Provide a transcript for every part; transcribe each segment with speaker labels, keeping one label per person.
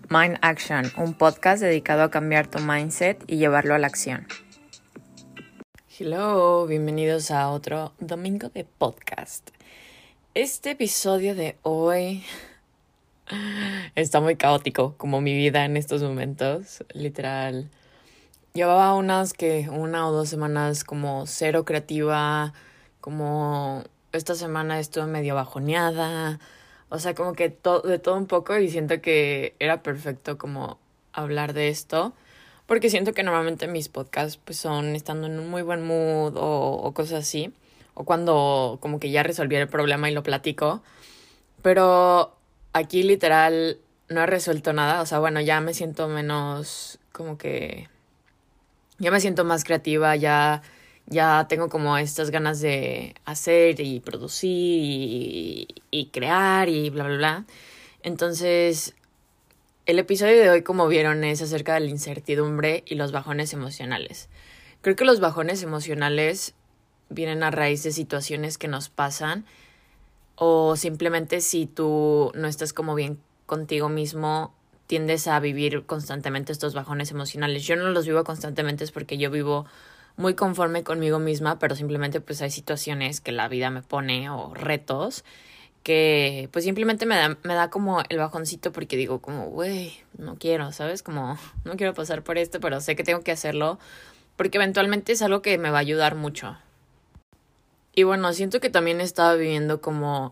Speaker 1: Mind Action, un podcast dedicado a cambiar tu mindset y llevarlo a la acción. Hello, bienvenidos a otro domingo de podcast. Este episodio de hoy está muy caótico, como mi vida en estos momentos, literal. Llevaba una o 2 semanas como cero creativa, como esta semana estuve medio bajoneada. O sea, como que de todo un poco, y siento que era perfecto como hablar de esto, porque siento que normalmente mis podcasts pues son estando en un muy buen mood o cosas así, o cuando como que ya resolví el problema y lo platico, pero aquí literal no he resuelto nada. O sea, bueno, ya me siento menos como que ya me siento más creativa, ya tengo como estas ganas de hacer y producir y crear y bla, bla, bla. Entonces, el episodio de hoy, como vieron, es acerca de la incertidumbre y los bajones emocionales. Creo que los bajones emocionales vienen a raíz de situaciones que nos pasan, o simplemente si tú no estás como bien contigo mismo, tiendes a vivir constantemente estos bajones emocionales. Yo no los vivo constantemente, es porque yo vivo muy conforme conmigo misma, pero simplemente pues hay situaciones que la vida me pone o retos que pues simplemente me da como el bajoncito, porque digo como, güey, no quiero, ¿sabes? Como no quiero pasar por esto, pero sé que tengo que hacerlo porque eventualmente es algo que me va a ayudar mucho. Y bueno, siento que también estaba viviendo como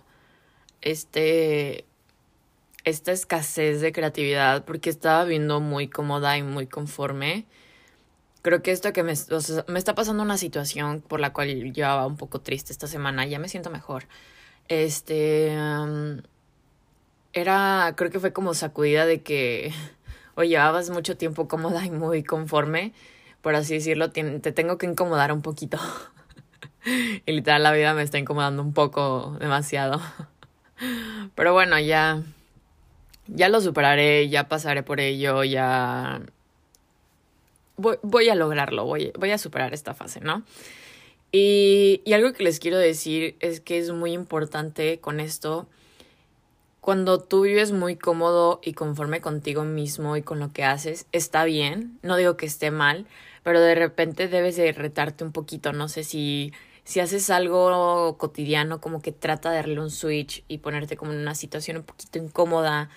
Speaker 1: esta escasez de creatividad, porque estaba viendo muy cómoda y muy conforme. Creo que esto o sea, me está pasando una situación por la cual llevaba un poco triste esta semana. Ya me siento mejor. Creo que fue como sacudida de que o llevabas mucho tiempo cómoda y muy conforme, por así decirlo, te tengo que incomodar un poquito. Y literal la vida me está incomodando un poco demasiado. Pero bueno, ya lo superaré, ya pasaré por ello, ya voy a lograrlo, voy a superar esta fase, ¿no? Y algo que les quiero decir es que es muy importante con esto. Cuando tú vives muy cómodo y conforme contigo mismo y con lo que haces, está bien, no digo que esté mal, pero de repente debes de retarte un poquito. No sé si haces algo cotidiano, como que trata de darle un switch y ponerte como en una situación un poquito incómoda,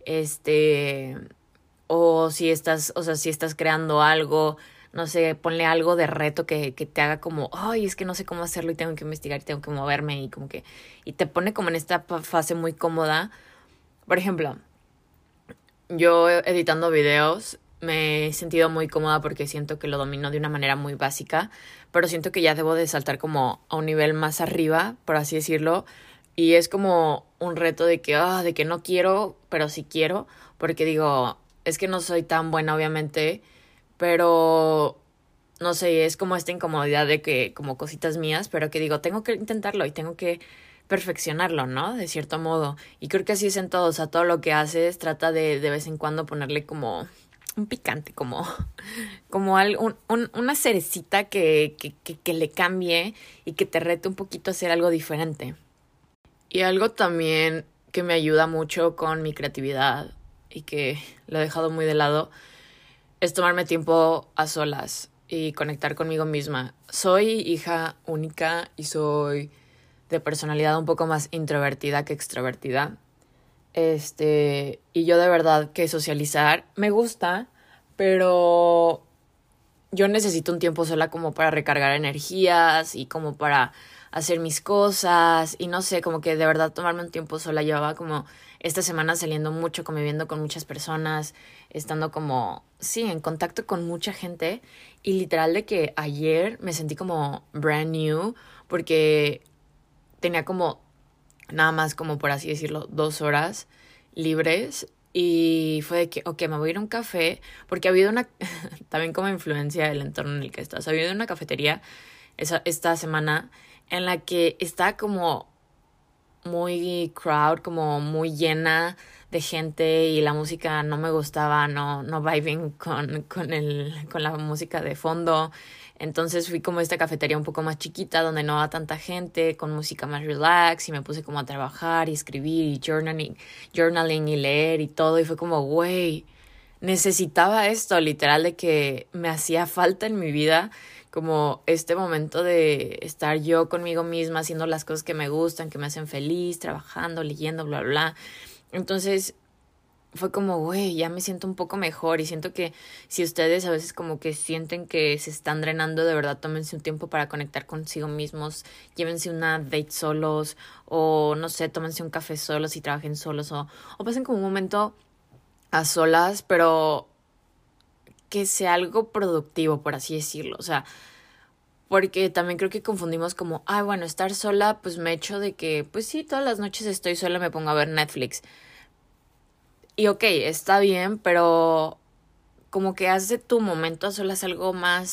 Speaker 1: o si estás creando algo, no sé, ponle algo de reto que te haga como, ay, es que no sé cómo hacerlo y tengo que investigar y tengo que moverme, y como que, y te pone como en esta fase muy cómoda. Por ejemplo, yo editando videos me he sentido muy cómoda porque siento que lo domino de una manera muy básica, pero siento que ya debo de saltar como a un nivel más arriba, por así decirlo, y es como un reto de que no quiero, pero sí quiero, porque digo, es que no soy tan buena obviamente, pero no sé, es como esta incomodidad de que como cositas mías, pero que digo, tengo que intentarlo y tengo que perfeccionarlo, ¿no? De cierto modo. Y creo que así es en todo. O sea, todo lo que haces, trata de vez en cuando ponerle como un picante, una cerecita que le cambie y que te rete un poquito a hacer algo diferente. Y algo también que me ayuda mucho con mi creatividad y que lo he dejado muy de lado es tomarme tiempo a solas y conectar conmigo misma. Soy hija única y soy de personalidad un poco más introvertida que extrovertida. Y yo de verdad que socializar me gusta, pero yo necesito un tiempo sola como para recargar energías y como para hacer mis cosas, y no sé, como que de verdad tomarme un tiempo sola. Llevaba como esta semana saliendo mucho, conviviendo con muchas personas, estando como, sí, en contacto con mucha gente, y literal de que ayer me sentí como brand new porque tenía como nada más, como por así decirlo, 2 horas libres. Y fue de que, ok, me voy a ir a un café, porque ha habido también como influencia del entorno en el que estás, ha habido una cafetería esta semana en la que está como muy crowd, como muy llena de gente, y la música no me gustaba, no vibing con la música de fondo. Entonces fui como a esta cafetería un poco más chiquita, donde no va tanta gente, con música más relax, y me puse como a trabajar y escribir y journaling y leer y todo, y fue como, güey, necesitaba esto, literal, de que me hacía falta en mi vida como este momento de estar yo conmigo misma haciendo las cosas que me gustan, que me hacen feliz, trabajando, leyendo, bla, bla, bla. Entonces fue como, güey, ya me siento un poco mejor y siento que si ustedes a veces como que sienten que se están drenando, de verdad tómense un tiempo para conectar consigo mismos, llévense una date solos o no sé, tómense un café solos y trabajen solos o pasen como un momento a solas, pero que sea algo productivo, por así decirlo. O sea, porque también creo que confundimos como, ah, bueno, estar sola, pues me echo de que, pues sí, todas las noches estoy sola, me pongo a ver Netflix. Y ok, está bien, pero como que haz de tu momento a solas algo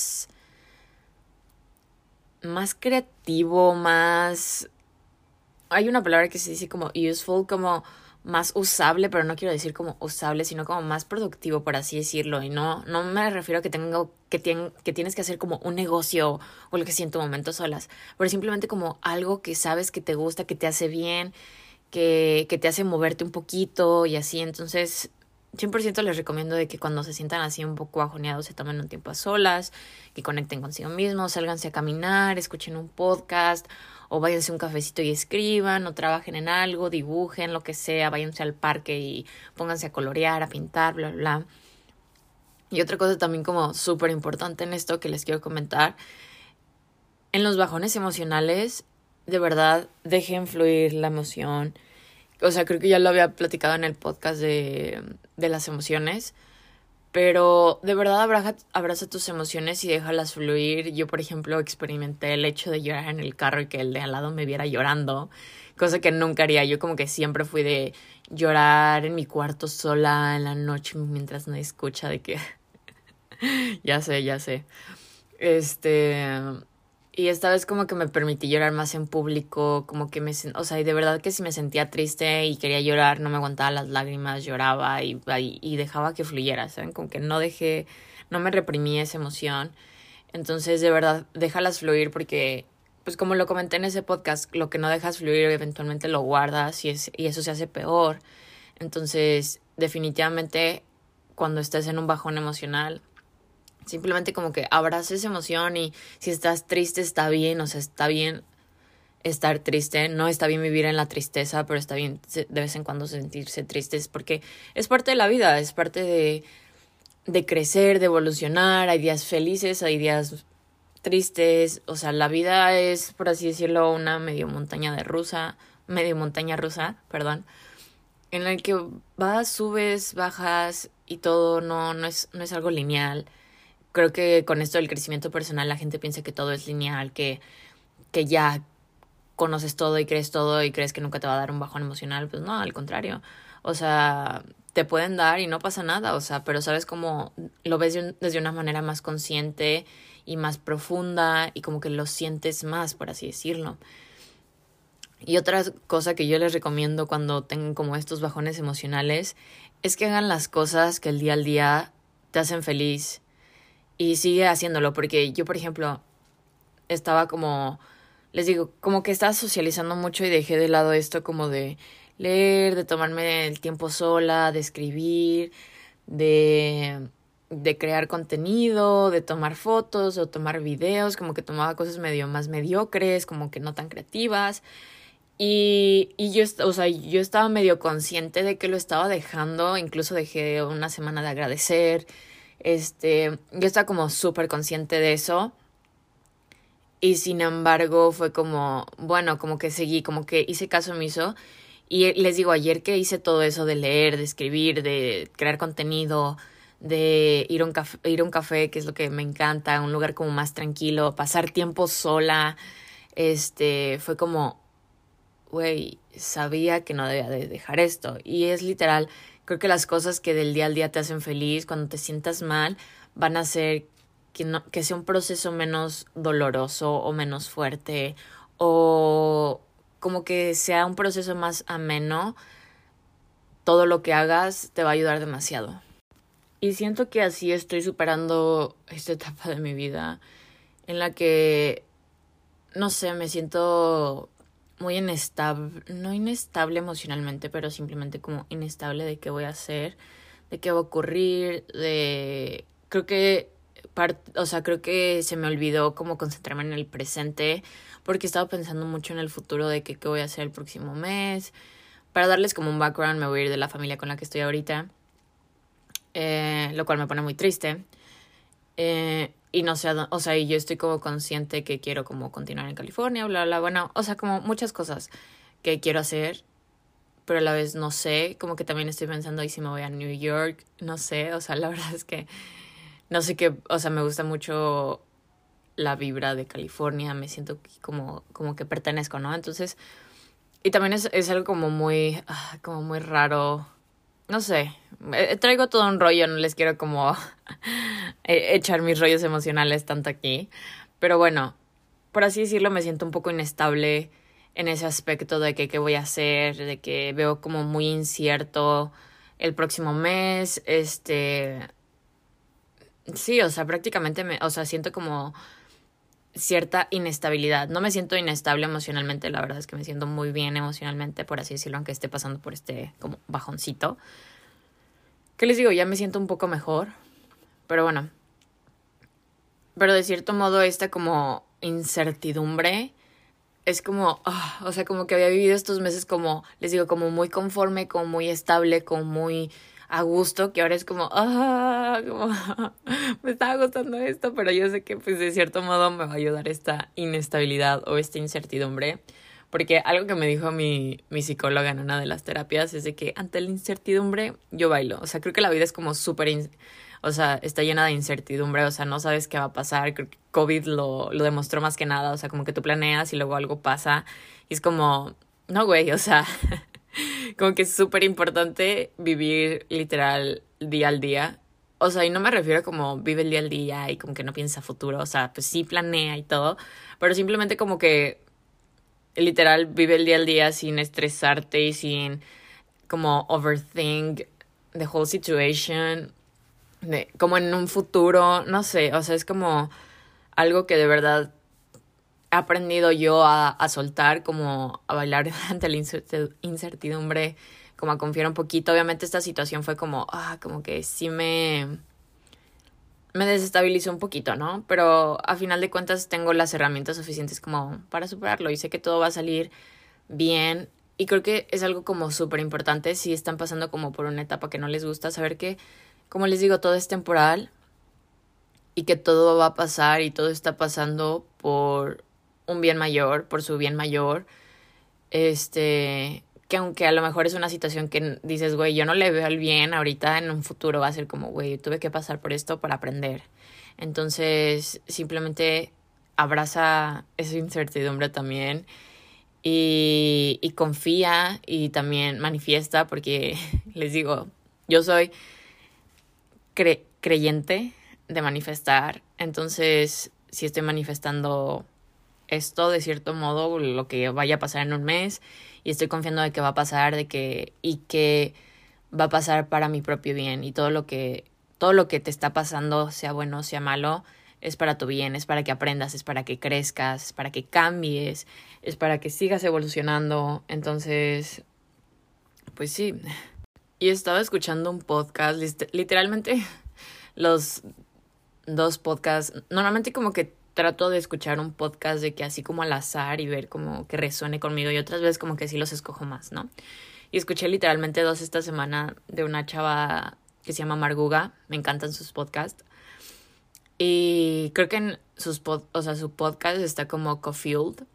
Speaker 1: más creativo, más... Hay una palabra que se dice como useful, como más usable, pero no quiero decir como usable, sino como más productivo, por así decirlo. Y no me refiero a que que tienes que hacer como un negocio o lo que sea en tu momento solas, pero simplemente como algo que sabes que te gusta, que te hace bien, que te hace moverte un poquito y así. Entonces, 100% les recomiendo de que cuando se sientan así un poco bajoneados se tomen un tiempo a solas, que conecten consigo mismos, sálganse a caminar, escuchen un podcast o váyanse a un cafecito y escriban o trabajen en algo, dibujen, lo que sea, váyanse al parque y pónganse a colorear, a pintar, bla, bla, bla. Y otra cosa también como súper importante en esto que les quiero comentar, en los bajones emocionales, de verdad, dejen fluir la emoción. O sea, creo que ya lo había platicado en el podcast de las emociones, pero de verdad abraza tus emociones y déjalas fluir. Yo, por ejemplo, experimenté el hecho de llorar en el carro y que el de al lado me viera llorando, cosa que nunca haría. Yo como que siempre fui de llorar en mi cuarto sola en la noche mientras nadie escucha de que ya sé. Este, y esta vez como que me permití llorar más en público, como que o sea, y de verdad que si me sentía triste y quería llorar, no me aguantaba las lágrimas, lloraba y dejaba que fluyera, ¿saben? Como que no me reprimí esa emoción. Entonces, de verdad, déjalas fluir porque, pues como lo comenté en ese podcast, lo que no dejas fluir eventualmente lo guardas y eso se hace peor. Entonces, definitivamente, cuando estés en un bajón emocional, simplemente como que abraza esa emoción y si estás triste está bien, o sea, está bien estar triste, no está bien vivir en la tristeza, pero está bien de vez en cuando sentirse tristes porque es parte de la vida, es parte de crecer, de evolucionar, hay días felices, hay días tristes, o sea, la vida es, por así decirlo, una medio montaña rusa, perdón, en la que vas, subes, bajas y todo no es algo lineal. Creo que con esto del crecimiento personal la gente piensa que todo es lineal, que ya conoces todo y crees que nunca te va a dar un bajón emocional. Pues no, al contrario. O sea, te pueden dar y no pasa nada, o sea, pero sabes cómo lo ves desde una manera más consciente y más profunda y como que lo sientes más, por así decirlo. Y otra cosa que yo les recomiendo cuando tengan como estos bajones emocionales es que hagan las cosas que el día al día te hacen feliz y sigue haciéndolo, porque yo, por ejemplo, estaba como, les digo, como que estaba socializando mucho y dejé de lado esto como de leer, de tomarme el tiempo sola, de escribir, de crear contenido, de tomar fotos o tomar videos, como que tomaba cosas medio más mediocres, como que no tan creativas. Y yo, o sea, yo estaba medio consciente de que lo estaba dejando, incluso dejé una semana de agradecer, yo estaba como súper consciente de eso y sin embargo fue como, bueno, como que seguí, como que hice caso omiso y les digo, ayer que hice todo eso de leer, de escribir, de crear contenido, de ir a un café, que es lo que me encanta, un lugar como más tranquilo, pasar tiempo sola, fue como, güey, sabía que no debía de dejar esto. Y es literal, creo que las cosas que del día al día te hacen feliz, cuando te sientas mal, van a hacer que sea un proceso menos doloroso o menos fuerte o como que sea un proceso más ameno. Todo lo que hagas te va a ayudar demasiado. Y siento que así estoy superando esta etapa de mi vida en la que no sé, me siento muy inestable, no inestable emocionalmente, pero simplemente como inestable de qué voy a hacer, de qué va a ocurrir, de... creo que se me olvidó como concentrarme en el presente porque estaba pensando mucho en el futuro de qué voy a hacer el próximo mes. Para darles como un background, me voy a ir de la familia con la que estoy ahorita, lo cual me pone muy triste. Y no sé, o sea, y yo estoy como consciente que quiero como continuar en California, bla, bla, bueno, o sea, como muchas cosas que quiero hacer, pero a la vez no sé, como que también estoy pensando, ¿y si me voy a New York? No sé, o sea, la verdad es que no sé qué, o sea, me gusta mucho la vibra de California, me siento como que pertenezco, ¿no? Entonces, y también es algo como muy raro, no sé, traigo todo un rollo, no les quiero como echar mis rollos emocionales tanto aquí, pero bueno, por así decirlo, me siento un poco inestable en ese aspecto de que qué voy a hacer, de que veo como muy incierto el próximo mes, sí, o sea, prácticamente o sea, siento como cierta inestabilidad. No me siento inestable emocionalmente, la verdad es que me siento muy bien emocionalmente, por así decirlo, aunque esté pasando por este como bajoncito. ¿Qué les digo? Ya me siento un poco mejor, pero bueno, pero de cierto modo esta como incertidumbre es como, o sea, como que había vivido estos meses como, les digo, como muy conforme, como muy estable, como muy a gusto, que ahora es como, como me estaba gustando esto, pero yo sé que pues de cierto modo me va a ayudar esta inestabilidad o esta incertidumbre, porque algo que me dijo mi psicóloga en una de las terapias es de que ante la incertidumbre yo bailo, o sea, creo que la vida es como o sea, está llena de incertidumbre, o sea, no sabes qué va a pasar. Creo que COVID lo demostró más que nada, o sea, como que tú planeas y luego algo pasa y es como, no, güey, o sea, como que es súper importante vivir literal día al día. O sea, y no me refiero a como vive el día al día y como que no piensa a futuro, o sea, pues sí planea y todo, pero simplemente como que literal vive el día al día sin estresarte y sin como overthink the whole situation como en un futuro, no sé, o sea, es como algo que de verdad he aprendido yo a soltar, como a bailar ante la incertidumbre, como a confiar un poquito. Obviamente esta situación fue como, como que sí me desestabilizó un poquito, ¿no? Pero a final de cuentas tengo las herramientas suficientes como para superarlo y sé que todo va a salir bien. Y creo que es algo como súper importante si están pasando como por una etapa que no les gusta, saber que, como les digo, todo es temporal y que todo va a pasar y todo está pasando por un bien mayor, por su bien mayor. Que aunque a lo mejor es una situación que dices, güey, yo no le veo el bien ahorita, en un futuro va a ser como, güey, tuve que pasar por esto para aprender. Entonces, simplemente abraza esa incertidumbre también y confía y también manifiesta, porque les digo, yo soy creyente de manifestar, entonces si estoy manifestando esto de cierto modo, lo que vaya a pasar en un mes, y estoy confiando de que va a pasar, y que va a pasar para mi propio bien, y todo lo que te está pasando, sea bueno o sea malo, es para tu bien, es para que aprendas, es para que crezcas, es para que cambies, es para que sigas evolucionando. Entonces, pues sí. Y estaba escuchando un podcast, literalmente los dos podcasts. Normalmente como que trato de escuchar un podcast de que así como al azar y ver como que resuene conmigo, y otras veces como que sí los escojo más, ¿no? Y escuché literalmente dos esta semana de una chava que se llama Marguga, me encantan sus podcasts. Y creo que en o sea, su podcast está como Cofield.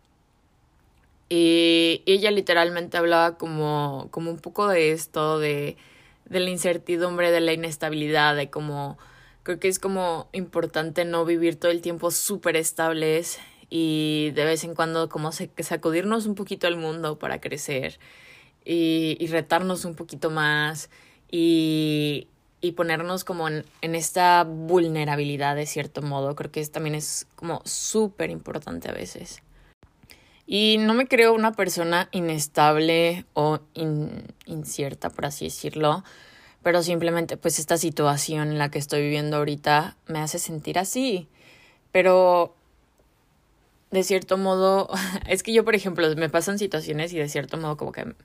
Speaker 1: Y ella literalmente hablaba como un poco de esto, de la incertidumbre, de la inestabilidad, de cómo creo que es como importante no vivir todo el tiempo súper estables y de vez en cuando como sacudirnos un poquito al mundo para crecer y retarnos un poquito más y ponernos como en esta vulnerabilidad de cierto modo. Creo que también es como súper importante a veces. Y no me creo una persona inestable o incierta, por así decirlo, pero simplemente pues esta situación en la que estoy viviendo ahorita me hace sentir así. Pero de cierto modo, es que yo, por ejemplo, me pasan situaciones y de cierto modo como que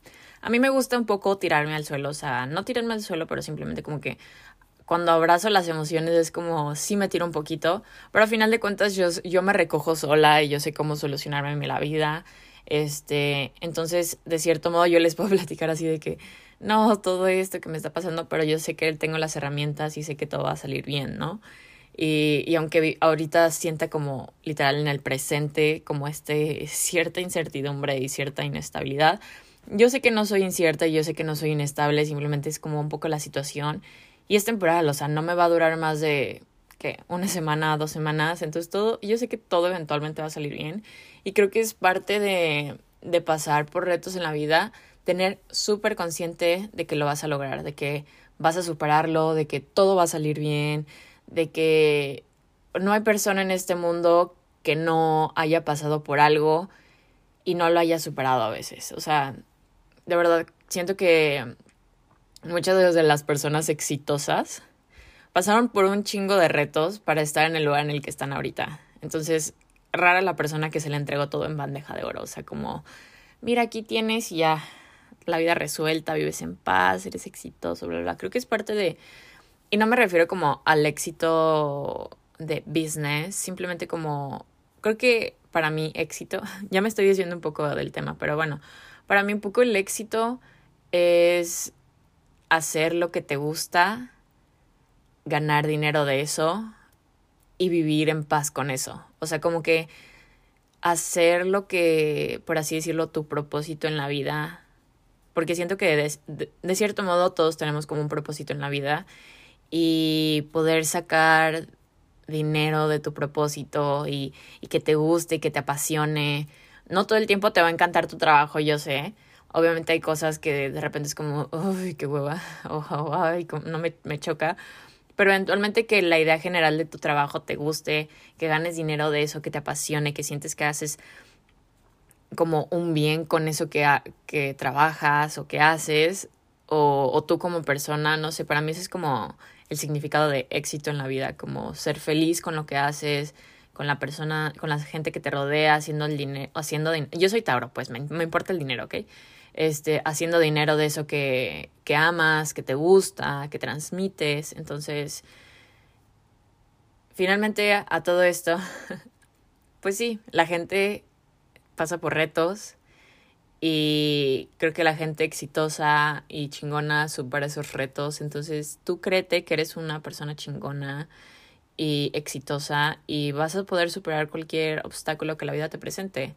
Speaker 1: a mí me gusta un poco tirarme al suelo, o sea, no tirarme al suelo, pero simplemente como que cuando abrazo las emociones es como, sí me tiro un poquito, pero al final de cuentas yo me recojo sola y yo sé cómo solucionarme la vida. Entonces, de cierto modo yo les puedo platicar así de que, no, todo esto que me está pasando, pero yo sé que tengo las herramientas y sé que todo va a salir bien, ¿no? Y aunque ahorita sienta como literal en el presente, como cierta incertidumbre y cierta inestabilidad, yo sé que no soy incierta y yo sé que no soy inestable, simplemente es como un poco la situación y es temporal, o sea, no me va a durar más de, ¿qué? Una semana, 2 semanas, entonces yo sé que todo eventualmente va a salir bien y creo que es parte de pasar por retos en la vida, tener súper consciente de que lo vas a lograr, de que vas a superarlo, de que todo va a salir bien, de que no hay persona en este mundo que no haya pasado por algo y no lo haya superado a veces. O sea, de verdad, siento que muchas de las personas exitosas pasaron por un chingo de retos para estar en el lugar en el que están ahorita. Entonces, rara la persona que se le entregó todo en bandeja de oro. O sea, como, mira, aquí tienes y ya la vida resuelta, vives en paz, eres exitoso, bla, bla. Creo que es parte de... Y no me refiero como al éxito de business, simplemente como... Creo que para mí éxito, ya me estoy diciendo un poco del tema, pero bueno, para mí un poco el éxito es hacer lo que te gusta, ganar dinero de eso y vivir en paz con eso. O sea, como que hacer lo que, por así decirlo, tu propósito en la vida. Porque siento que de cierto modo todos tenemos como un propósito en la vida y poder sacar dinero de tu propósito y que te guste y que te apasione. No todo el tiempo te va a encantar tu trabajo, yo sé. Obviamente hay cosas que de repente es como, uy, qué hueva, o ay, no me choca. Pero eventualmente que la idea general de tu trabajo te guste, que ganes dinero de eso, que te apasione, que sientes que haces como un bien con eso que trabajas o que haces, o tú como persona, no sé, para mí eso es como el significado de éxito en la vida, como ser feliz con lo que haces, con la persona, con la gente que te rodea, haciendo el dinero, yo soy Tauro, pues me importa el dinero, ¿ok? Haciendo dinero de eso que amas, que te gusta, que transmites. Entonces, finalmente a todo esto, pues sí, la gente pasa por retos y creo que la gente exitosa y chingona supera esos retos. Entonces, tú créete que eres una persona chingona y exitosa y vas a poder superar cualquier obstáculo que la vida te presente.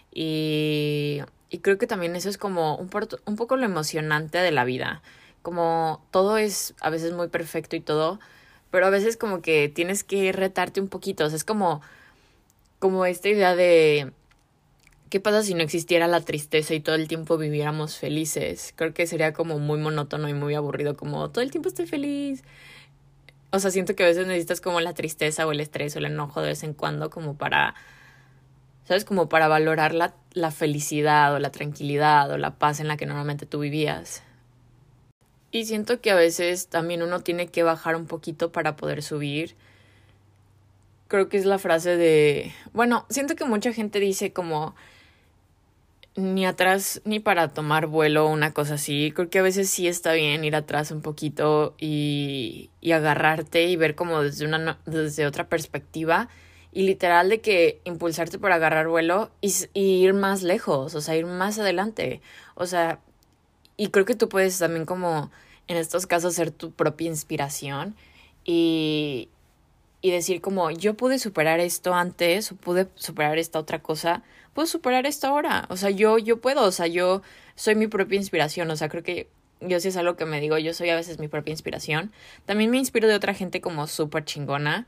Speaker 1: Y creo que también eso es como un poco lo emocionante de la vida. Como todo es a veces muy perfecto y todo, pero a veces como que tienes que retarte un poquito. O sea, es como esta idea de ¿qué pasa si no existiera la tristeza y todo el tiempo viviéramos felices? Creo que sería como muy monótono y muy aburrido, como todo el tiempo estoy feliz. O sea, siento que a veces necesitas como la tristeza o el estrés o el enojo de vez en cuando como para, ¿sabes? Como para valorar la felicidad o la tranquilidad o la paz en la que normalmente tú vivías. Y siento que a veces también uno tiene que bajar un poquito para poder subir. Creo que es la frase de... Bueno, siento que mucha gente dice como ni atrás ni para tomar vuelo o una cosa así. Creo que a veces sí está bien ir atrás un poquito y agarrarte y ver como desde otra perspectiva y literal de que impulsarte para agarrar vuelo y ir más lejos, o sea, ir más adelante. O sea, y creo que tú puedes también como en estos casos ser tu propia inspiración y, y decir como yo pude superar esto antes o pude superar esta otra cosa, puedo superar esto ahora. O sea, yo puedo, o sea, yo soy mi propia inspiración. O sea, creo que yo sí es algo que me digo, yo soy a veces mi propia inspiración. También me inspiro de otra gente como súper chingona.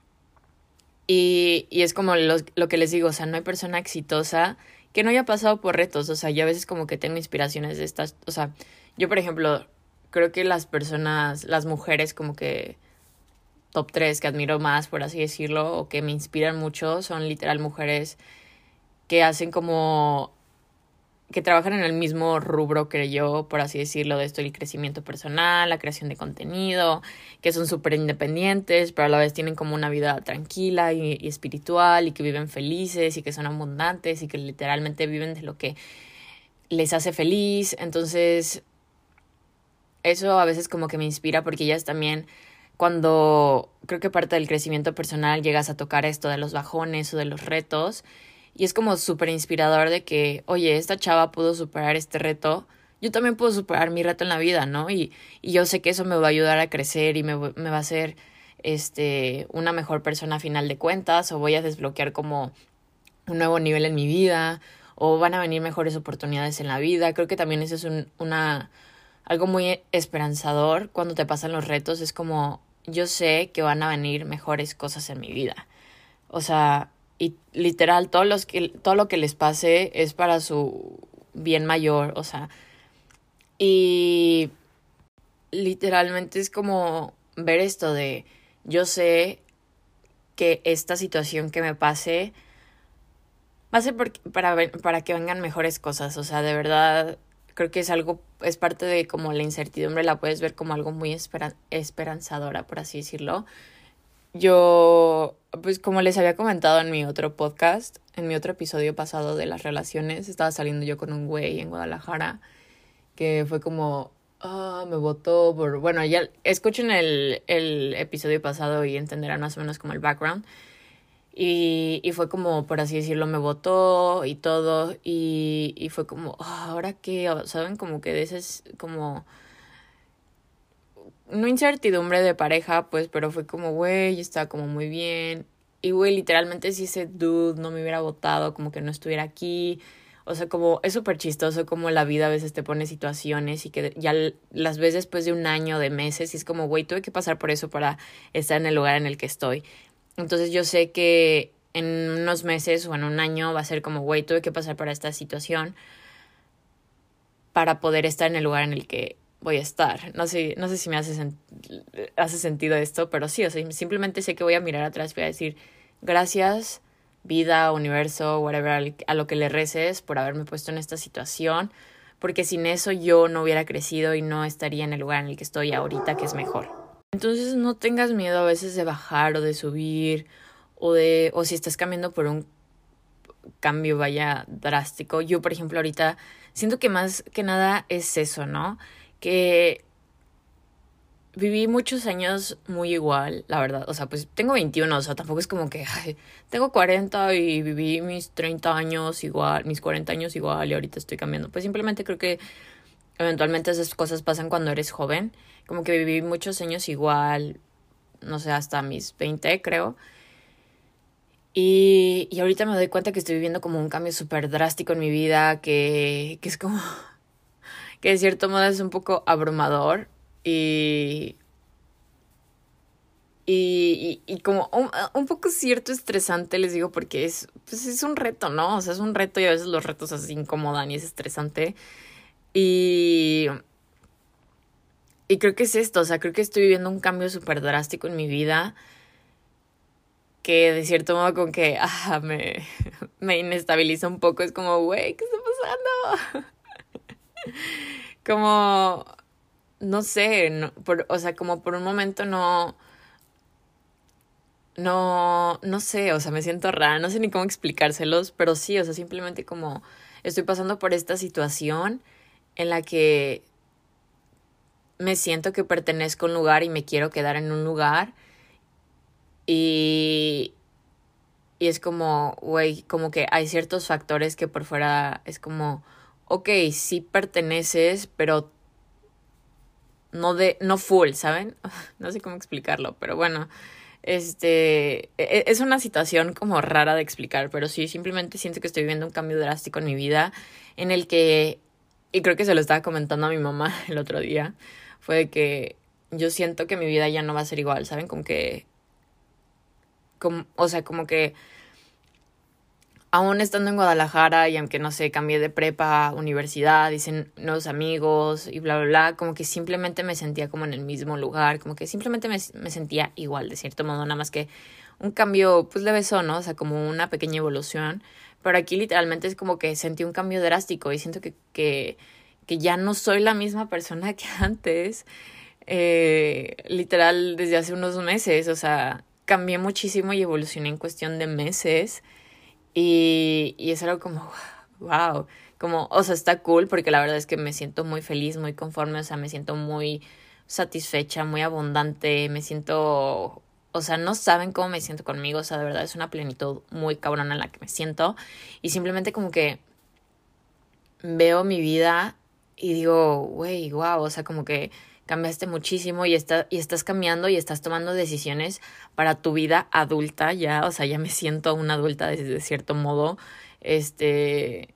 Speaker 1: Y es como lo que les digo, o sea, no hay persona exitosa que no haya pasado por retos. O sea, yo a veces como que tengo inspiraciones de estas. O sea, yo por ejemplo, creo que las personas, las mujeres como que top 3 que admiro más, por así decirlo, o que me inspiran mucho, son literal mujeres que hacen como que trabajan en el mismo rubro que yo, por así decirlo, de esto, el crecimiento personal, la creación de contenido, que son súper independientes, pero a la vez tienen como una vida tranquila y espiritual y que viven felices y que son abundantes y que literalmente viven de les hace feliz. Entonces eso a veces como que me inspira porque ellas también, cuando creo que parte del crecimiento personal llegas a tocar esto de los bajones o de los retos, y es como súper inspirador de que, oye, esta chava pudo superar este reto, yo también puedo superar mi reto en la vida, ¿no? Y yo sé que eso me va a ayudar a crecer y me va a hacer una mejor persona a final de cuentas, o voy a desbloquear como un nuevo nivel en mi vida, o van a venir mejores oportunidades en la vida. Creo que también eso es algo muy esperanzador cuando te pasan los retos. Es como, yo sé que van a venir mejores cosas en mi vida. O sea, y literal, todo lo que les pase es para su bien mayor. O sea, y literalmente es como ver esto de, yo sé que esta situación que me pase va a ser para que vengan mejores cosas. O sea, de verdad, creo que es parte de como la incertidumbre, la puedes ver como algo muy esperanzadora, por así decirlo. Yo, pues como les había comentado en mi otro podcast, en mi otro episodio pasado de las relaciones, estaba saliendo yo con un güey en Guadalajara que fue como, me votó por... Bueno, ya escuchen el episodio pasado y entenderán más o menos como el background. Y fue como, por así decirlo, me votó y todo. Y fue como, ¿ahora qué? ¿Saben? Como que de ese es como... No incertidumbre de pareja, pues, pero fue como, güey, estaba como muy bien. Y, güey, literalmente si ese dude no me hubiera votado, como que no estuviera aquí. O sea, como es súper chistoso como la vida a veces te pone situaciones y que ya las ves después de un año, de meses, y es como, güey, tuve que pasar por eso para estar en el lugar en el que estoy. Entonces yo sé que en unos meses o en un año va a ser como, güey, tuve que pasar por esta situación para poder estar en el lugar en el que voy a estar. No sé si me hace sentido esto, pero sí, o sea, simplemente sé que voy a mirar atrás y voy a decir, gracias, vida, universo, whatever, a lo que le reces por haberme puesto en esta situación, porque sin eso yo no hubiera crecido y no estaría en el lugar en el que estoy ahorita, que es mejor. Entonces no tengas miedo a veces de bajar o de subir o si estás cambiando por un cambio vaya drástico. Yo, por ejemplo, ahorita siento que más que nada es eso, ¿no? Que viví muchos años muy igual, la verdad. O sea, pues tengo 21, o sea, tampoco es como que, ay, tengo 40 y viví mis 30 años igual, mis 40 años igual y ahorita estoy cambiando. Pues simplemente creo que eventualmente esas cosas pasan cuando eres joven. Como que viví muchos años igual, no sé, hasta mis 20 creo. Y ahorita me doy cuenta que estoy viviendo como un cambio súper drástico en mi vida, que es como, que de cierto modo es un poco abrumador y, y como un poco cierto estresante, les digo, porque pues es un reto, ¿no? O sea, es un reto y a veces los retos así incomodan y es estresante. Y, y creo que es esto, o sea, creo que estoy viviendo un cambio súper drástico en mi vida que de cierto modo con que me inestabiliza un poco. Es como, güey, ¿qué está pasando? Como, no sé, o sea, como por un momento no sé, o sea, me siento rara, no sé ni cómo explicárselos, pero sí, o sea, simplemente como estoy pasando por esta situación en la que me siento que pertenezco a un lugar y me quiero quedar en un lugar y, y es como, güey, como que hay ciertos factores que por fuera es como, ok, sí perteneces, pero no full, ¿saben? No sé cómo explicarlo, pero bueno, es una situación como rara de explicar, pero sí, simplemente siento que estoy viviendo un cambio drástico en mi vida en el que, y creo que se lo estaba comentando a mi mamá el otro día, fue de que yo siento que mi vida ya no va a ser igual, ¿saben? O sea, como que aún estando en Guadalajara y aunque no sé, cambié de prepa, universidad, hice nuevos amigos y bla, bla, bla, como que simplemente me sentía como en el mismo lugar, como que simplemente me sentía igual, de cierto modo, nada más que un cambio, pues leve, ¿no? O sea, como una pequeña evolución, pero aquí literalmente es como que sentí un cambio drástico y siento que ya no soy la misma persona que antes, literal desde hace unos meses, o sea, cambié muchísimo y evolucioné en cuestión de meses. Y es algo como, wow, como, o sea, está cool porque la verdad es que me siento muy feliz, muy conforme, o sea, me siento muy satisfecha, muy abundante, me siento, o sea, no saben cómo me siento conmigo, o sea, de verdad es una plenitud muy cabrona en la que me siento y simplemente como que veo mi vida y digo, güey, wow, o sea, como que cambiaste muchísimo y estás cambiando y estás tomando decisiones para tu vida adulta ya, o sea, ya me siento una adulta de cierto modo, este,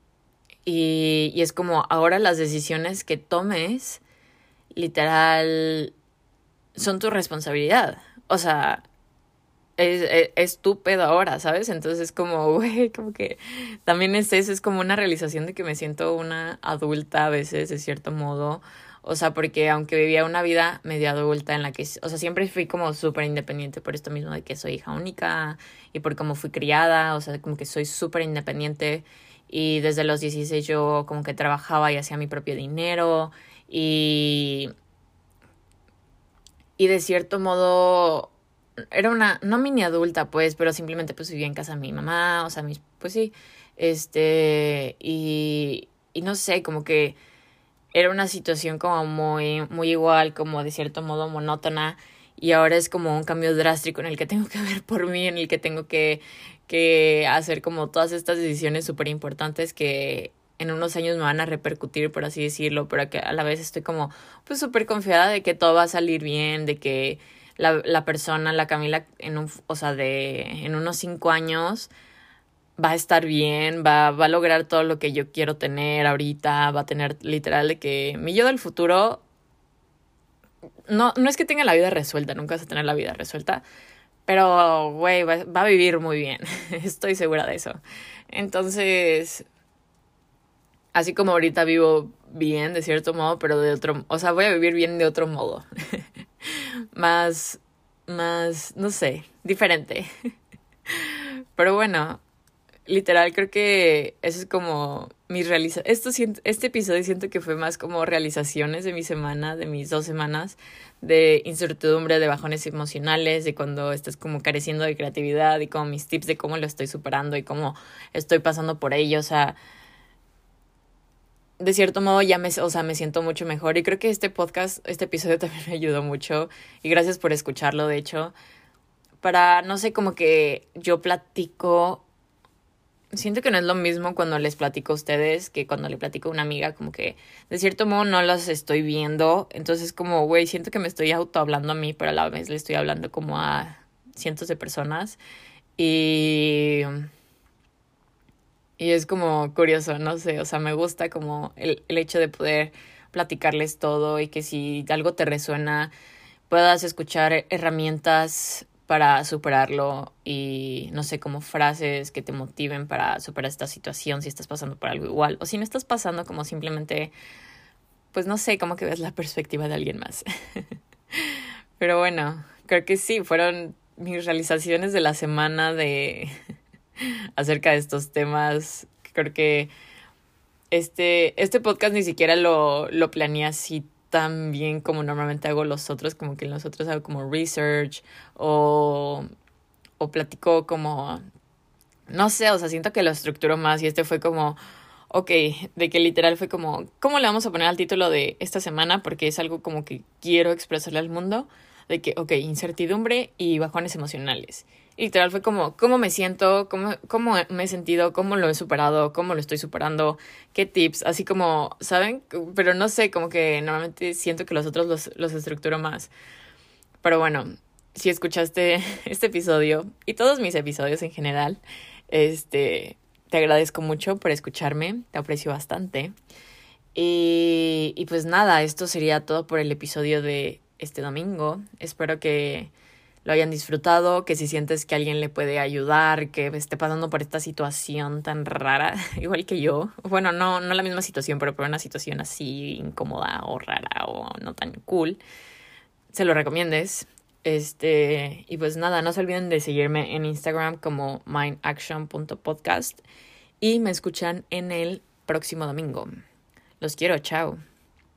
Speaker 1: y es como ahora las decisiones que tomes, literal, son tu responsabilidad, o sea, es tu pedo ahora, ¿sabes? Entonces es como, güey, como que también es eso, es como una realización de que me siento una adulta a veces, de cierto modo. O sea, porque aunque vivía una vida medio adulta en la que, o sea, siempre fui como súper independiente por esto mismo de que soy hija única y por cómo fui criada, o sea, como que soy súper independiente y desde los 16 yo como que trabajaba y hacía mi propio dinero y, y de cierto modo era una, no mini adulta, pues, pero simplemente pues vivía en casa de mi mamá, o sea, mis, pues sí, y no sé, como que era una situación como muy igual, como de cierto modo monótona, y ahora es como un cambio drástico en el que tengo que ver por mí, en el que tengo que hacer como todas estas decisiones súper importantes que en unos años me van a repercutir, por así decirlo, pero que a la vez estoy como pues súper confiada de que todo va a salir bien, de que la persona, la Camila, o sea, en unos 5 años va a estar bien, va a lograr todo lo que yo quiero tener ahorita, va a tener literal de que mi yo del futuro, no es que tenga la vida resuelta, nunca vas a tener la vida resuelta, pero, güey, va a vivir muy bien, estoy segura de eso. Entonces, así como ahorita vivo bien de cierto modo, pero de otro, o sea, voy a vivir bien de otro modo. más, no sé, diferente. Pero bueno, literal creo que eso es como mi este episodio siento que fue más como realizaciones de mi semana, de mis 2 semanas, de incertidumbre, de bajones emocionales, de cuando estás como careciendo de creatividad y como mis tips de cómo lo estoy superando y cómo estoy pasando por ello, o sea, de cierto modo ya o sea, me siento mucho mejor y creo que este episodio también me ayudó mucho y gracias por escucharlo, de hecho, para, no sé, como que yo platico, siento que no es lo mismo cuando les platico a ustedes que cuando le platico a una amiga, como que de cierto modo no las estoy viendo, entonces como, güey, siento que me estoy autohablando a mí, pero a la vez le estoy hablando como a cientos de personas y... Y es como curioso, no sé, o sea, me gusta como el hecho de poder platicarles todo y que si algo te resuena, puedas escuchar herramientas para superarlo y no sé, como frases que te motiven para superar esta situación si estás pasando por algo igual o si no estás pasando como simplemente, pues no sé, como que ves la perspectiva de alguien más. Pero bueno, creo que sí, fueron mis realizaciones de la semana de acerca de estos temas. Creo que este podcast ni siquiera lo planeé así tan bien como normalmente hago los otros, como que en los otros hago como research o platico como, no sé, o sea, siento que lo estructuro más y este fue como, ok, de que literal fue como, ¿cómo le vamos a poner al título de esta semana? Porque es algo como que quiero expresarle al mundo, de que, ok, incertidumbre y bajones emocionales. Y literal fue como, ¿cómo me siento? ¿Cómo me he sentido? ¿Cómo lo he superado? ¿Cómo lo estoy superando? ¿Qué tips? Así como, ¿saben? Pero no sé, como que normalmente siento que los otros los estructuro más. Pero bueno, si escuchaste este episodio y todos mis episodios en general, te agradezco mucho por escucharme, te aprecio bastante. Y pues nada, esto sería todo por el episodio de este domingo. Espero que lo hayan disfrutado, que si sientes que alguien le puede ayudar, que esté pasando por esta situación tan rara, igual que yo. Bueno, no la misma situación, pero por una situación así incómoda o rara o no tan cool, se lo recomiendes. Y pues nada, no se olviden de seguirme en Instagram como mindaction.podcast y me escuchan en el próximo domingo. Los quiero, chao.